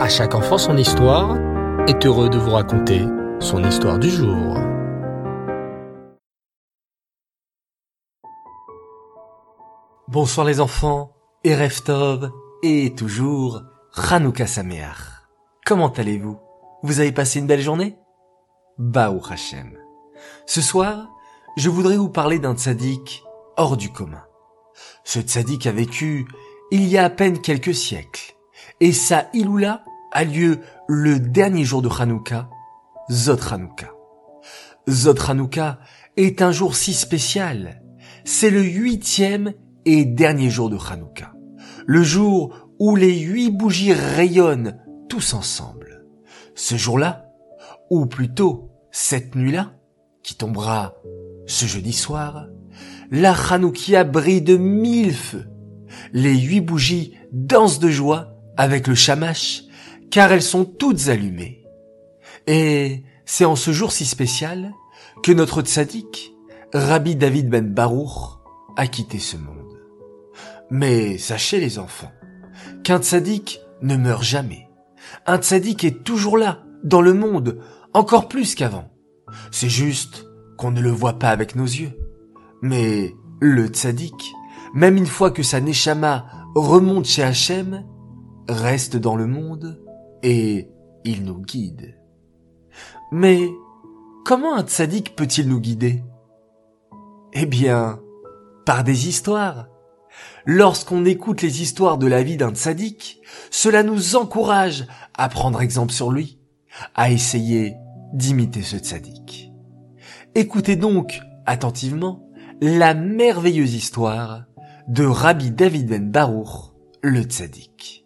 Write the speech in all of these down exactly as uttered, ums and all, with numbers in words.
À chaque enfant son histoire est heureux de vous raconter son histoire du jour. Bonsoir les enfants, Erev Tov et toujours Hanouka Sameach. Comment allez-vous? Vous avez passé une belle journée? Baruch Hashem. Ce soir, je voudrais vous parler d'un tzaddik hors du commun. Ce tzaddik a vécu il y a à peine quelques siècles et sa Iloula a lieu le dernier jour de Hanouka, Zot Hanouka. Zot Hanouka est un jour si spécial. C'est le huitième et dernier jour de Hanouka. Le jour où les huit bougies rayonnent tous ensemble. Ce jour-là, ou plutôt cette nuit-là, qui tombera ce jeudi soir, la Hanoukia brille de mille feux. Les huit bougies dansent de joie avec le shamash, car elles sont toutes allumées. Et c'est en ce jour si spécial que notre tzaddik, Rabbi David ben Baruch, a quitté ce monde. Mais sachez les enfants, qu'un tzaddik ne meurt jamais. Un tzaddik est toujours là, dans le monde, encore plus qu'avant. C'est juste qu'on ne le voit pas avec nos yeux. Mais le tzaddik, même une fois que sa neshama remonte chez Hachem, reste dans le monde et il nous guide. Mais comment un tzaddik peut-il nous guider? Eh bien, par des histoires. Lorsqu'on écoute les histoires de la vie d'un tzaddik, cela nous encourage à prendre exemple sur lui, à essayer d'imiter ce tzaddik. Écoutez donc attentivement la merveilleuse histoire de Rabbi David ben Baruch, le tzaddik.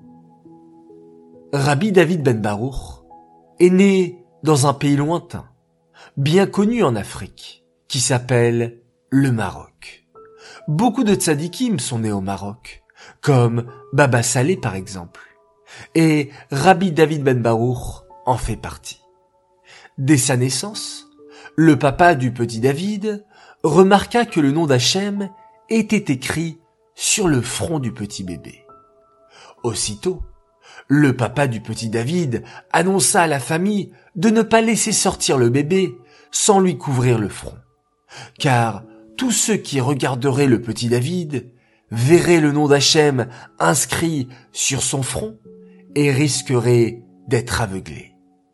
Rabbi David ben Baruch est né dans un pays lointain, bien connu en Afrique, qui s'appelle le Maroc. Beaucoup de tzadikim sont nés au Maroc, comme Baba Saleh par exemple, et Rabbi David ben Baruch en fait partie. Dès sa naissance, le papa du petit David remarqua que le nom d'Hachem était écrit sur le front du petit bébé. Aussitôt, le papa du petit David annonça à la famille de ne pas laisser sortir le bébé sans lui couvrir le front, car tous ceux qui regarderaient le petit David verraient le nom d'Hachem inscrit sur son front et risqueraient d'être aveuglés.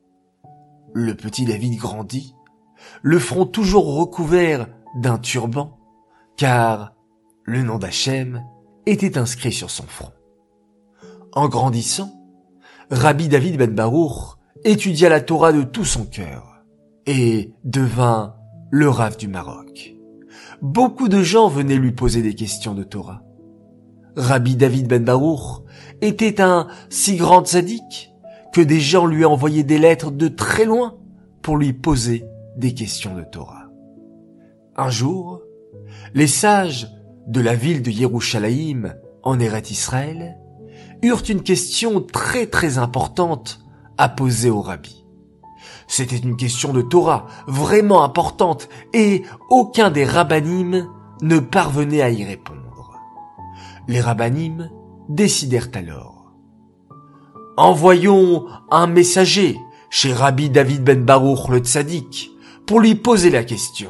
Le petit David grandit, le front toujours recouvert d'un turban, car le nom d'Hachem était inscrit sur son front. En grandissant, Rabbi David ben Baruch étudia la Torah de tout son cœur et devint le Rav du Maroc. Beaucoup de gens venaient lui poser des questions de Torah. Rabbi David ben Baruch était un si grand tzaddik que des gens lui envoyaient des lettres de très loin pour lui poser des questions de Torah. Un jour, les sages de la ville de Yerushalayim en Eretz Israël eurent une question très très importante à poser au rabbi. C'était une question de Torah vraiment importante et aucun des rabbanim ne parvenait à y répondre. Les rabbanim décidèrent alors: envoyons un messager chez Rabbi David ben Baruch le tzaddik pour lui poser la question.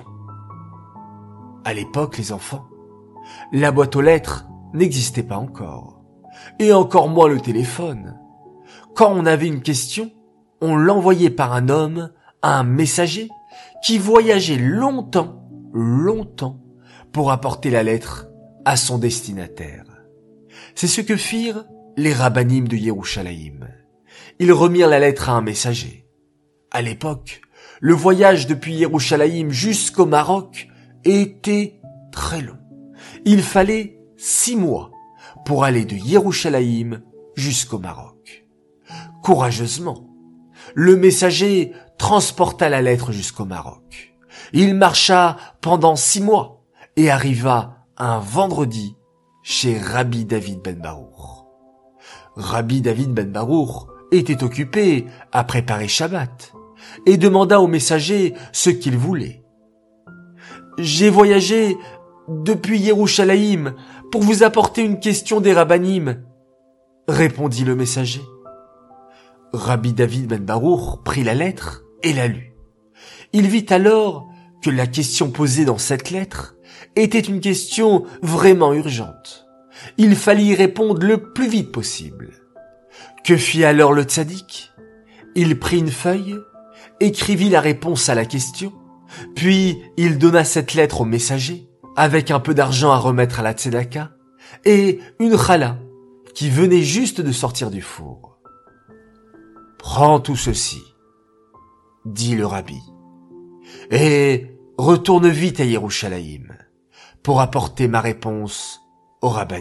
À l'époque, les enfants, la boîte aux lettres n'existait pas encore, et encore moins le téléphone. Quand on avait une question, on l'envoyait par un homme à un messager qui voyageait longtemps, longtemps pour apporter la lettre à son destinataire. C'est ce que firent les rabbanim de Yerushalayim. Ils remirent la lettre à un messager. À l'époque, le voyage depuis Yerushalayim jusqu'au Maroc était très long. Il fallait six mois pour aller de Yerushalayim jusqu'au Maroc. Courageusement, le messager transporta la lettre jusqu'au Maroc. Il marcha pendant six mois et arriva un vendredi chez Rabbi David ben Baruch. Rabbi David ben Baruch était occupé à préparer Shabbat et demanda au messager ce qu'il voulait. « J'ai voyagé depuis Yerushalayim pour vous apporter une question des rabbanim, » répondit le messager. Rabbi David ben Baruch prit la lettre et la lut. Il vit alors que la question posée dans cette lettre était une question vraiment urgente. Il fallait y répondre le plus vite possible. Que fit alors le tzaddik? Il prit une feuille, écrivit la réponse à la question, puis il donna cette lettre au messager, avec un peu d'argent à remettre à la tzedaka, et une challah qui venait juste de sortir du four. « Prends tout ceci, » dit le rabbi, « et retourne vite à Yerushalayim pour apporter ma réponse au rabbanim. »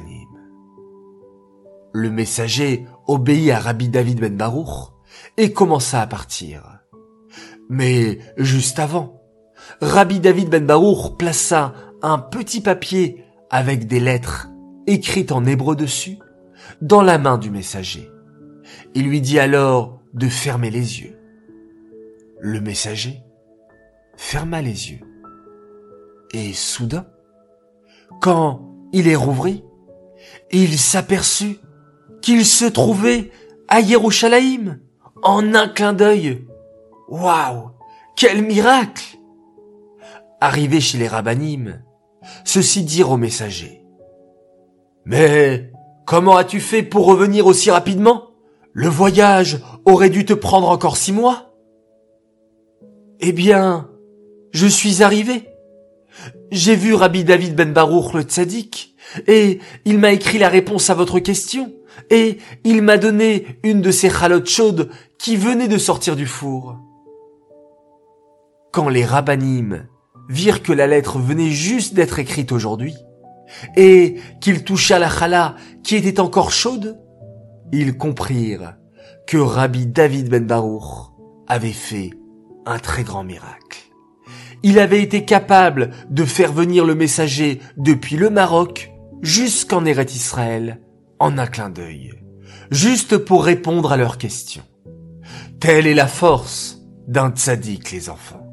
Le messager obéit à Rabbi David ben Baruch et commença à partir. Mais juste avant, Rabbi David ben Baruch plaça un petit papier avec des lettres écrites en hébreu dessus dans la main du messager. Il lui dit alors de fermer les yeux. Le messager ferma les yeux. Et soudain, quand il les rouvrit, il s'aperçut qu'il se trouvait à Yerushalayim en un clin d'œil. Waouh, quel miracle! Arrivé chez les rabbanim, ceux-ci dirent au messager: « Mais comment as-tu fait pour revenir aussi rapidement? Le voyage aurait dû te prendre encore six mois. » « Eh bien, je suis arrivé. J'ai vu Rabbi David ben Baruch le tzaddik, et il m'a écrit la réponse à votre question, et il m'a donné une de ces chalotes chaudes qui venaient de sortir du four. » Quand les rabbanim virent que la lettre venait juste d'être écrite aujourd'hui, et qu'il toucha la challah qui était encore chaude, ils comprirent que Rabbi David ben Baruch avait fait un très grand miracle. Il avait été capable de faire venir le messager depuis le Maroc jusqu'en Eretz Israël en un clin d'œil, juste pour répondre à leurs questions. Telle est la force d'un tzaddik, les enfants.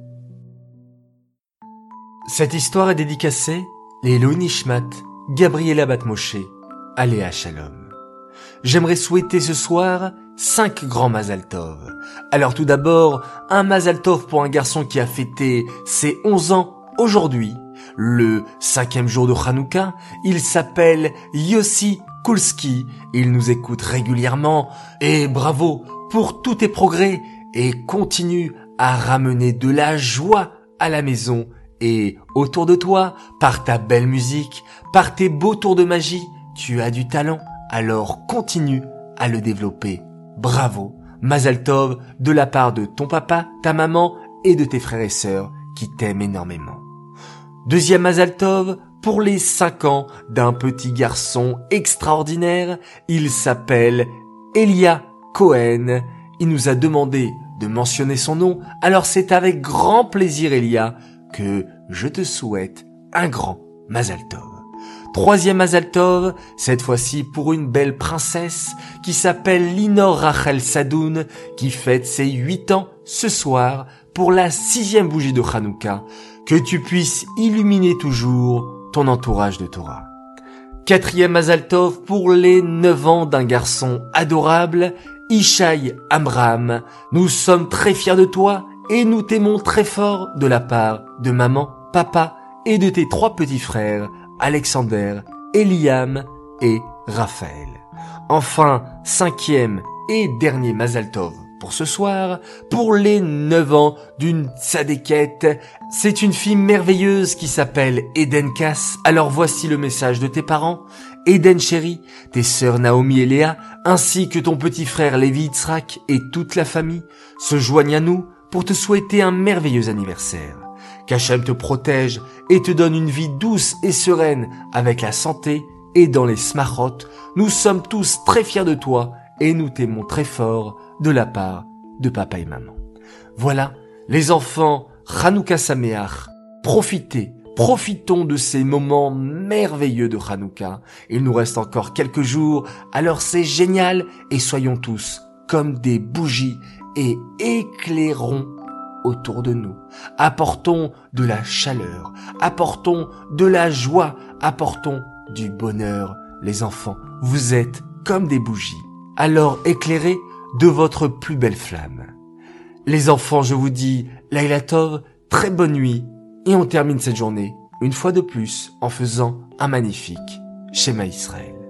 Cette histoire est dédicacée les Eloi Nishmat, Gabriela Bat Moshe, Aléa Shalom. J'aimerais souhaiter ce soir cinq grands Mazal Tov. Alors tout d'abord, un Mazal Tov pour un garçon qui a fêté ses onze ans aujourd'hui, le cinquième jour de Hanouka. Il s'appelle Yossi Kulski, il nous écoute régulièrement, et bravo pour tous tes progrès, et continue à ramener de la joie à la maison et autour de toi, par ta belle musique, par tes beaux tours de magie. Tu as du talent, alors continue à le développer. Bravo, Mazal Tov, de la part de ton papa, ta maman et de tes frères et sœurs qui t'aiment énormément. Deuxième Mazal Tov, pour les cinq ans d'un petit garçon extraordinaire. Il s'appelle Elia Cohen. Il nous a demandé de mentionner son nom, alors c'est avec grand plaisir, Elia, que je te souhaite un grand Mazal Tov. Troisième Mazal Tov, cette fois-ci pour une belle princesse qui s'appelle Linor Rachel Sadoun, qui fête ses huit ans ce soir pour la sixième bougie de Hanouka. Que tu puisses illuminer toujours ton entourage de Torah. Quatrième Mazal Tov pour les neuf ans d'un garçon adorable, Ishaï Amram. Nous sommes très fiers de toi et nous t'aimons très fort de la part de maman, papa et de tes trois petits frères, Alexander, Eliam et Raphaël. Enfin, cinquième et dernier Mazal Tov pour ce soir, pour les neuf ans d'une tzadékette. C'est une fille merveilleuse qui s'appelle Eden Kass. Alors voici le message de tes parents. Eden chérie, tes sœurs Naomi et Léa, ainsi que ton petit frère Lévi Yitzhak et toute la famille se joignent à nous pour te souhaiter un merveilleux anniversaire. Qu'Hachem te protège et te donne une vie douce et sereine avec la santé et dans les smachot. Nous sommes tous très fiers de toi et nous t'aimons très fort de la part de papa et maman. Voilà, les enfants, Hanouka Sameach, profitez, profitons de ces moments merveilleux de Hanouka. Il nous reste encore quelques jours, alors c'est génial et soyons tous comme des bougies et éclairons autour de nous. Apportons de la chaleur, apportons de la joie, apportons du bonheur. Les enfants, vous êtes comme des bougies. Alors éclairez de votre plus belle flamme. Les enfants, je vous dis Laila Tov, très bonne nuit, et on termine cette journée, une fois de plus, en faisant un magnifique Shema Israël.